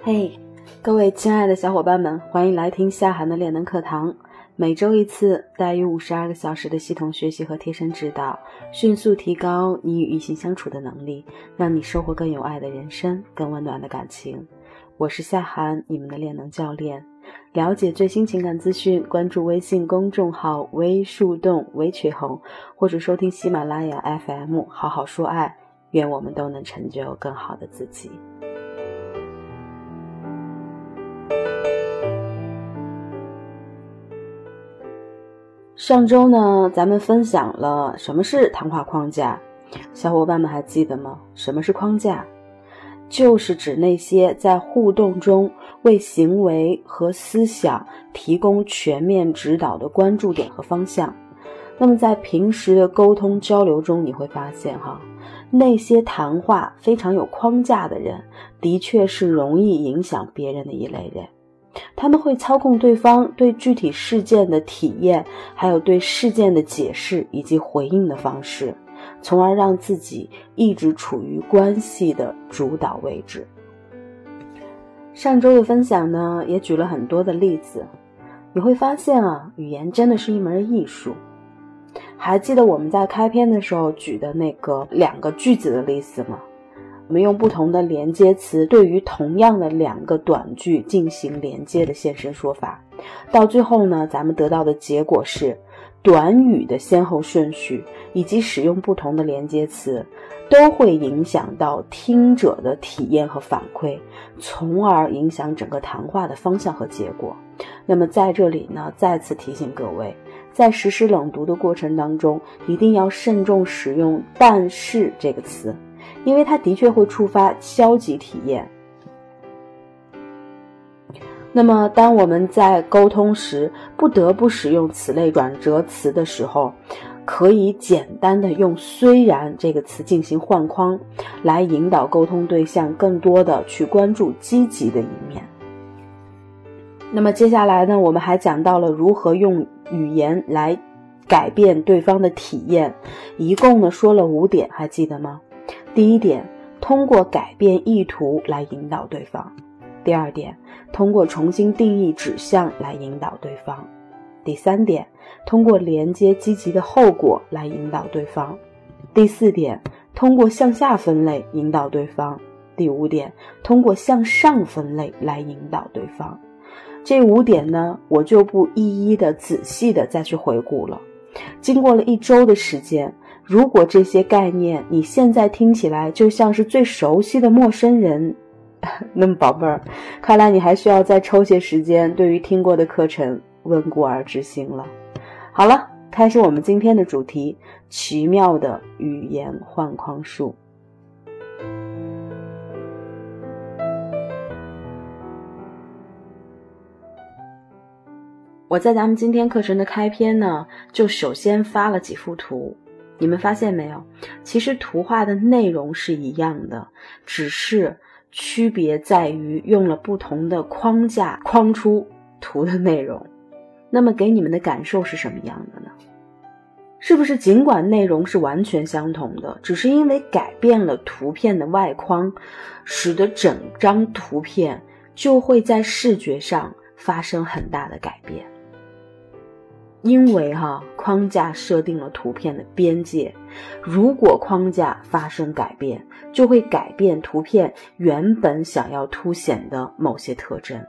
嘿，各位亲爱的小伙伴们，欢迎来听夏涵的练能课堂。每周一次，大于52个小时的系统学习和贴身指导，迅速提高你与异性相处的能力，让你收获更有爱的人生，更温暖的感情。我是夏涵，你们的练能教练。了解最新情感资讯，关注微信公众号微树洞微曲红，或者收听喜马拉雅 FM 好好说爱。愿我们都能成就更好的自己。上周呢，咱们分享了什么是谈话框架，小伙伴们还记得吗？什么是框架？就是指那些在互动中为行为和思想提供全面指导的关注点和方向。那么在平时的沟通交流中，你会发现那些谈话非常有框架的人，的确是容易影响别人的一类人。他们会操控对方对具体事件的体验，还有对事件的解释以及回应的方式，从而让自己一直处于关系的主导位置。上周的分享呢，也举了很多的例子，你会发现语言真的是一门艺术。还记得我们在开篇的时候举的那个2个句子的例子吗？我们用不同的连接词对于同样的2个短句进行连接的现身说法，到最后呢，咱们得到的结果是短语的先后顺序以及使用不同的连接词都会影响到听者的体验和反馈，从而影响整个谈话的方向和结果。那么在这里呢，再次提醒各位，在实施冷读的过程当中，一定要慎重使用但是这个词，因为它的确会触发消极体验。那么当我们在沟通时不得不使用此类转折词的时候，可以简单的用虽然这个词进行换框，来引导沟通对象更多的去关注积极的一面。那么接下来呢，我们还讲到了如何用语言来改变对方的体验，一共呢说了5点，还记得吗？第1点，通过改变意图来引导对方。第2点，通过重新定义指向来引导对方。第3点，通过连接积极的后果来引导对方。第4点，通过向下分类引导对方。第5点，通过向上分类来引导对方。这5点呢，我就不一一的仔细的再去回顾了。经过了1周的时间，如果这些概念你现在听起来就像是最熟悉的陌生人，那么宝贝儿，看来你还需要再抽些时间对于听过的课程温故而知新了。好了，开始我们今天的主题，奇妙的语言换框术。我在咱们今天课程的开篇呢，就首先发了几幅图，你们发现没有？其实图画的内容是一样的，只是区别在于用了不同的框架框出图的内容。那么给你们的感受是什么样的呢？是不是尽管内容是完全相同的，只是因为改变了图片的外框，使得整张图片就会在视觉上发生很大的改变。因为框架设定了图片的边界，如果框架发生改变，就会改变图片原本想要凸显的某些特征。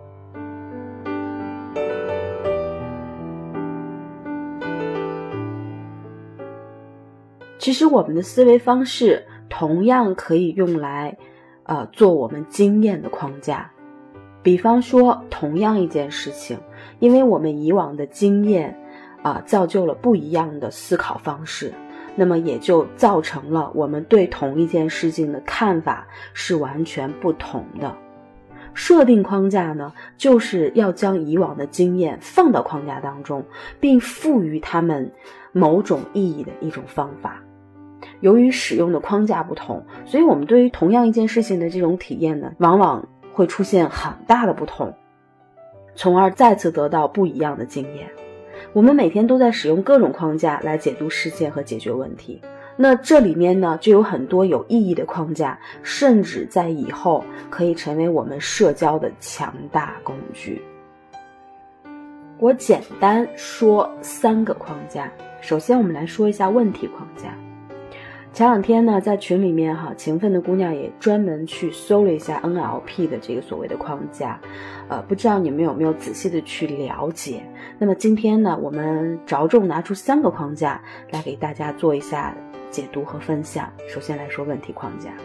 其实我们的思维方式同样可以用来做我们经验的框架。比方说同样一件事情，因为我们以往的经验造就了不一样的思考方式，那么也就造成了我们对同一件事情的看法是完全不同的。设定框架呢，就是要将以往的经验放到框架当中，并赋予它们某种意义的一种方法。由于使用的框架不同，所以我们对于同样一件事情的这种体验呢，往往会出现很大的不同，从而再次得到不一样的经验。我们每天都在使用各种框架来解读事件和解决问题， 那这里面呢就有很多有意义的框架，甚至在以后可以成为我们社交的强大工具。我简单说3个框架。首先我们来说一下问题框架。前两天呢，在群里面勤奋的姑娘也专门去搜了一下 NLP 的这个所谓的框架，不知道你们有没有仔细的去了解。那么今天呢，我们着重拿出3个框架来给大家做一下解读和分享。首先来说问题框架。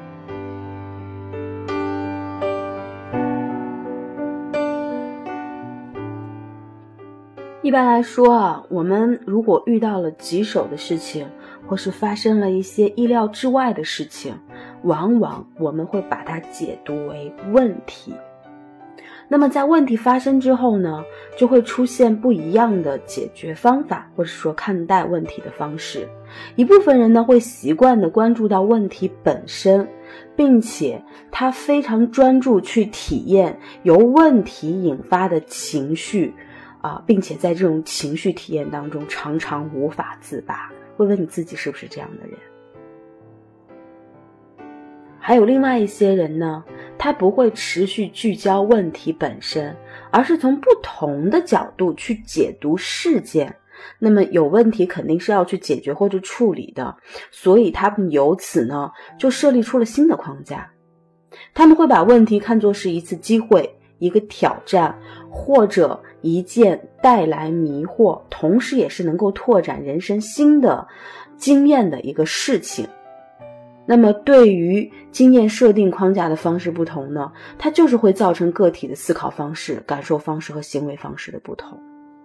一般来说我们如果遇到了棘手的事情，或是发生了一些意料之外的事情，往往我们会把它解读为问题。那么在问题发生之后呢，就会出现不一样的解决方法，或者说看待问题的方式。一部分人呢会习惯地关注到问题本身，并且他非常专注去体验由问题引发的情绪并且在这种情绪体验当中常常无法自拔。问问你自己是不是这样的人？还有另外一些人呢，他不会持续聚焦问题本身，而是从不同的角度去解读事件。那么有问题肯定是要去解决或者处理的，所以他们由此呢就设立出了新的框架。他们会把问题看作是一次机会，一个挑战，或者一件带来迷惑，同时也是能够拓展人生新的经验的一个事情。那么对于经验设定框架的方式不同呢，它就是会造成个体的思考方式、感受方式和行为方式的不同。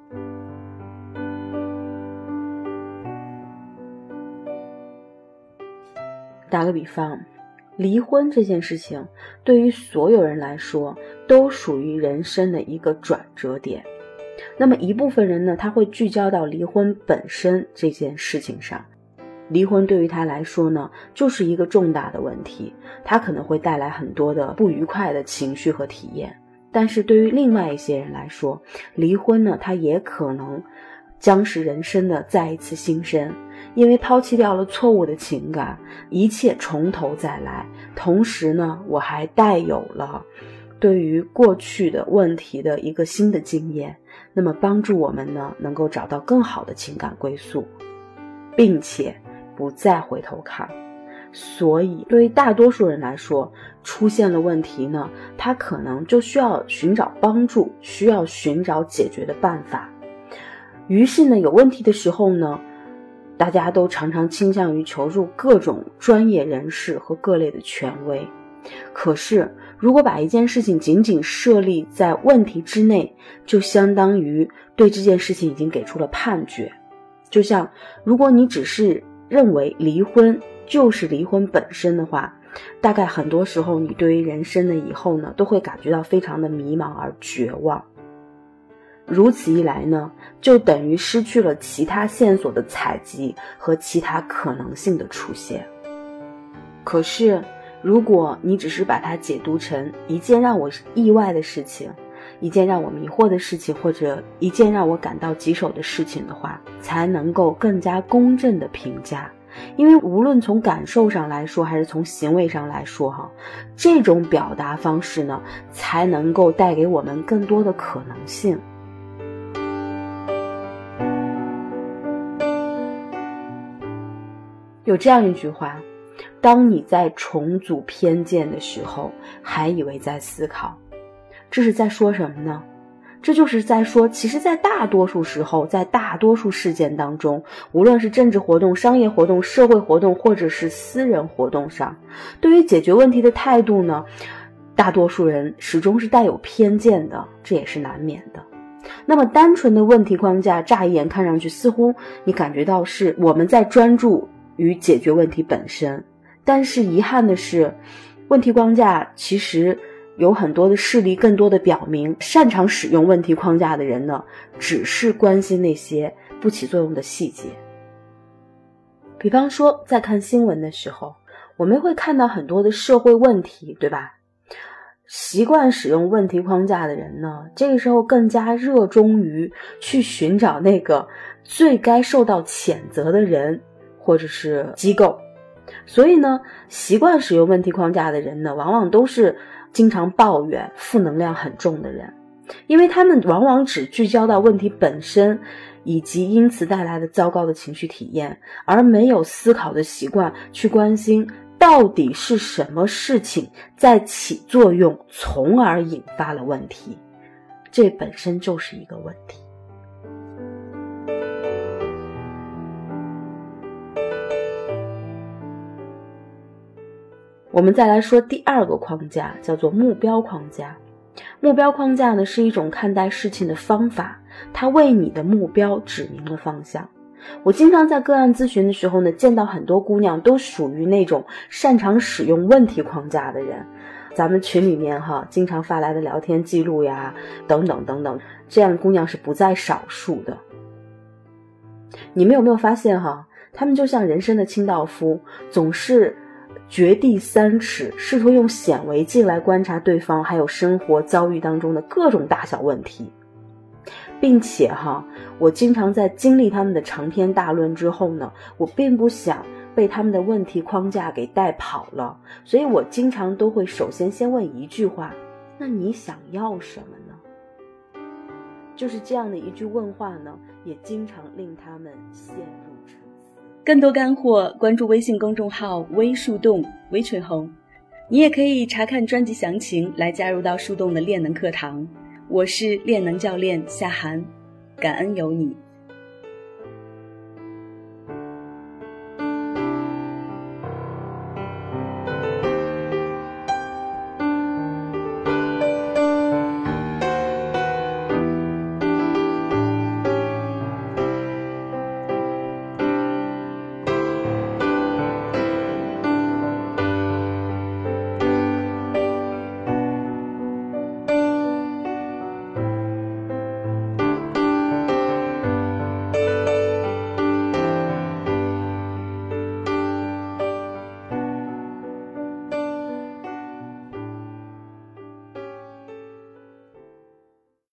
打个比方，离婚这件事情对于所有人来说都属于人生的一个转折点。那么一部分人呢，他会聚焦到离婚本身这件事情上。离婚对于他来说呢，就是一个重大的问题，他可能会带来很多的不愉快的情绪和体验。但是对于另外一些人来说，离婚呢，他也可能将是人生的再一次新生，因为抛弃掉了错误的情感，一切从头再来。同时呢，我还带有了对于过去的问题的一个新的经验，那么帮助我们呢能够找到更好的情感归宿，并且不再回头看。所以对于大多数人来说，出现了问题呢，他可能就需要寻找帮助，需要寻找解决的办法。于是呢，有问题的时候呢，大家都常常倾向于求助各种专业人士和各类的权威。可是如果把一件事情仅仅设立在问题之内，就相当于对这件事情已经给出了判决。就像如果你只是认为离婚就是离婚本身的话，大概很多时候你对于人生的以后呢，都会感觉到非常的迷茫而绝望。如此一来呢，就等于失去了其他线索的采集和其他可能性的出现。可是如果你只是把它解读成一件让我意外的事情，一件让我迷惑的事情，或者一件让我感到棘手的事情的话，才能够更加公正的评价。因为无论从感受上来说还是从行为上来说这种表达方式呢，才能够带给我们更多的可能性。有这样一句话，当你在重组偏见的时候，还以为在思考。这是在说什么呢？这就是在说，其实在大多数时候，在大多数事件当中，无论是政治活动、商业活动、社会活动，或者是私人活动上，对于解决问题的态度呢，大多数人始终是带有偏见的，这也是难免的。那么单纯的问题框架，乍一眼看上去似乎你感觉到是我们在专注于解决问题本身，但是遗憾的是，问题框架其实有很多的事例更多的表明，擅长使用问题框架的人呢，只是关心那些不起作用的细节。比方说在看新闻的时候，我们会看到很多的社会问题，对吧？习惯使用问题框架的人呢，这个时候更加热衷于去寻找那个最该受到谴责的人， 或者是机构。所以呢，习惯使用问题框架的人呢，往往都是经常抱怨、负能量很重的人，因为他们往往只聚焦到问题本身以及因此带来的糟糕的情绪体验，而没有思考的习惯去关心到底是什么事情在起作用，从而引发了问题。这本身就是一个问题。我们再来说第二个框架，叫做目标框架。目标框架呢，是一种看待事情的方法，它为你的目标指明了方向。我经常在个案咨询的时候呢，见到很多姑娘都属于那种擅长使用问题框架的人。咱们群里面经常发来的聊天记录呀，等等等等，这样的姑娘是不在少数的。你们有没有发现她们就像人生的清道夫，总是掘地三尺，试图用显微镜来观察对方还有生活遭遇当中的各种大小问题，并且我经常在经历他们的长篇大论之后呢，我并不想被他们的问题框架给带跑了，所以我经常都会首先问一句话：那你想要什么呢？就是这样的一句问话呢，也经常令他们陷入沉思。 更多干货，关注微信公众号微树洞微春红，你也可以查看专辑详情来加入到树洞的练能课堂。我是练能教练夏涵，感恩有你。